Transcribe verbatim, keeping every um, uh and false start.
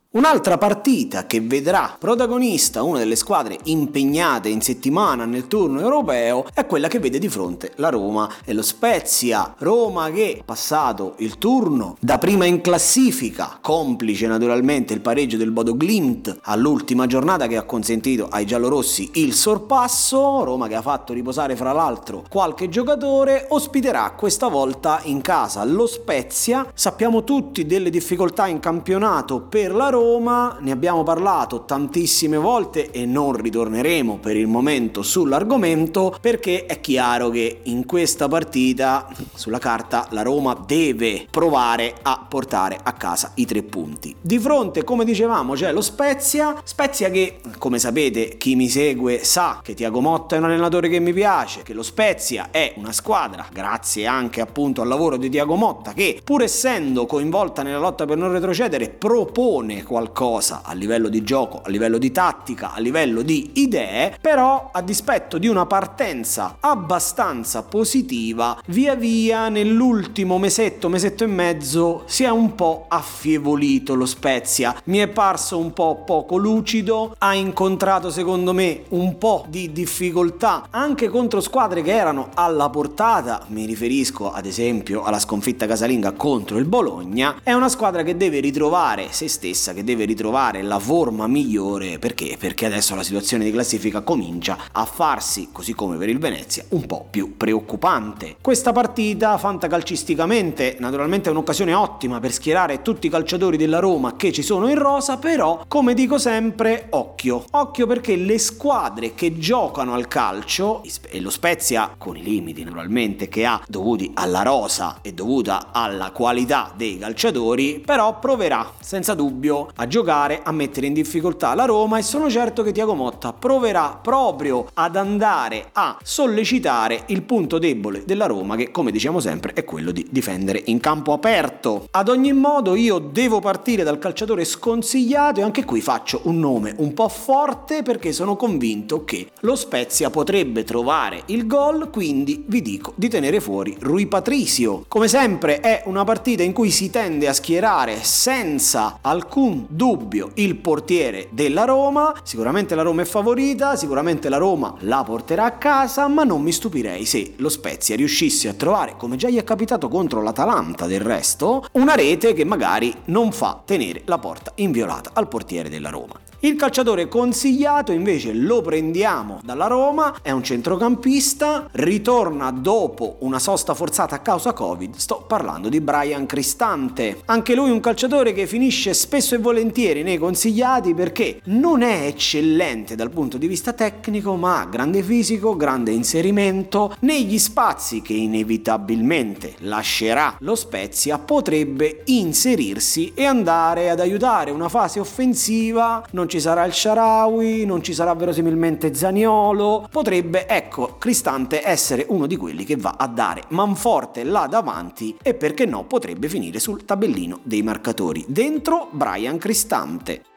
Un'altra partita che vedrà protagonista una delle squadre impegnate in settimana nel turno europeo è quella che vede di fronte la Roma e lo Spezia. Roma che, passato il turno da prima in classifica, complice naturalmente il pareggio del Bodo Glimt all'ultima giornata che ha consentito ai giallorossi il sorpasso, Roma che ha fatto riposare fra l'altro qualche giocatore, ospiterà questa volta in casa lo Spezia. Sappiamo tutti delle difficoltà in campionato per la Roma, Roma, ne abbiamo parlato tantissime volte e non ritorneremo per il momento sull'argomento, perché è chiaro che in questa partita sulla carta la Roma deve provare a portare a casa i tre punti. Di fronte, come dicevamo, c'è lo Spezia, Spezia che, come sapete, chi mi segue sa che Thiago Motta è un allenatore che mi piace, che lo Spezia è una squadra, grazie anche appunto al lavoro di Thiago Motta, che pur essendo coinvolta nella lotta per non retrocedere propone qualcosa a livello di gioco, a livello di tattica, a livello di idee, però a dispetto di una partenza abbastanza positiva, via via nell'ultimo mesetto, mesetto e mezzo si è un po' affievolito lo Spezia, mi è parso un po' poco lucido, ha incontrato secondo me un po' di difficoltà anche contro squadre che erano alla portata, mi riferisco ad esempio alla sconfitta casalinga contro il Bologna. È una squadra che deve ritrovare se stessa, che deve ritrovare la forma migliore, perché? Perché adesso la situazione di classifica comincia a farsi, così come per il Venezia, un po' più preoccupante. Questa partita fantacalcisticamente naturalmente è un'occasione ottima per schierare tutti i calciatori della Roma che ci sono in rosa, però come dico sempre, occhio occhio perché le squadre che giocano al calcio, e lo Spezia con i limiti naturalmente che ha dovuti alla rosa e dovuta alla qualità dei calciatori, però proverà senza dubbio a giocare, a mettere in difficoltà la Roma, e sono certo che Thiago Motta proverà proprio ad andare a sollecitare il punto debole della Roma, che come diciamo sempre è quello di difendere in campo aperto. Ad ogni modo io devo partire dal calciatore sconsigliato e anche qui faccio un nome un po' forte perché sono convinto che lo Spezia potrebbe trovare il gol, quindi vi dico di tenere fuori Rui Patricio. Come sempre è una partita in cui si tende a schierare senza alcun dubbio il portiere della Roma. Sicuramente la Roma è favorita, sicuramente la Roma la porterà a casa, ma non mi stupirei se lo Spezia riuscisse a trovare, come già gli è capitato contro l'Atalanta del resto, una rete che magari non fa tenere la porta inviolata al portiere della Roma. Il calciatore consigliato invece lo prendiamo dalla Roma, è un centrocampista, ritorna dopo una sosta forzata a causa Covid, sto parlando di Bryan Cristante. Anche lui un calciatore che finisce spesso e volentieri nei consigliati perché non è eccellente dal punto di vista tecnico, ma ha grande fisico, grande inserimento, negli spazi che inevitabilmente lascerà lo Spezia potrebbe inserirsi e andare ad aiutare una fase offensiva. Non ci sarà il Shaarawy, non ci sarà verosimilmente Zaniolo, potrebbe, ecco, Cristante essere uno di quelli che va a dare manforte là davanti e perché no potrebbe finire sul tabellino dei marcatori. Dentro Bryan Cristante.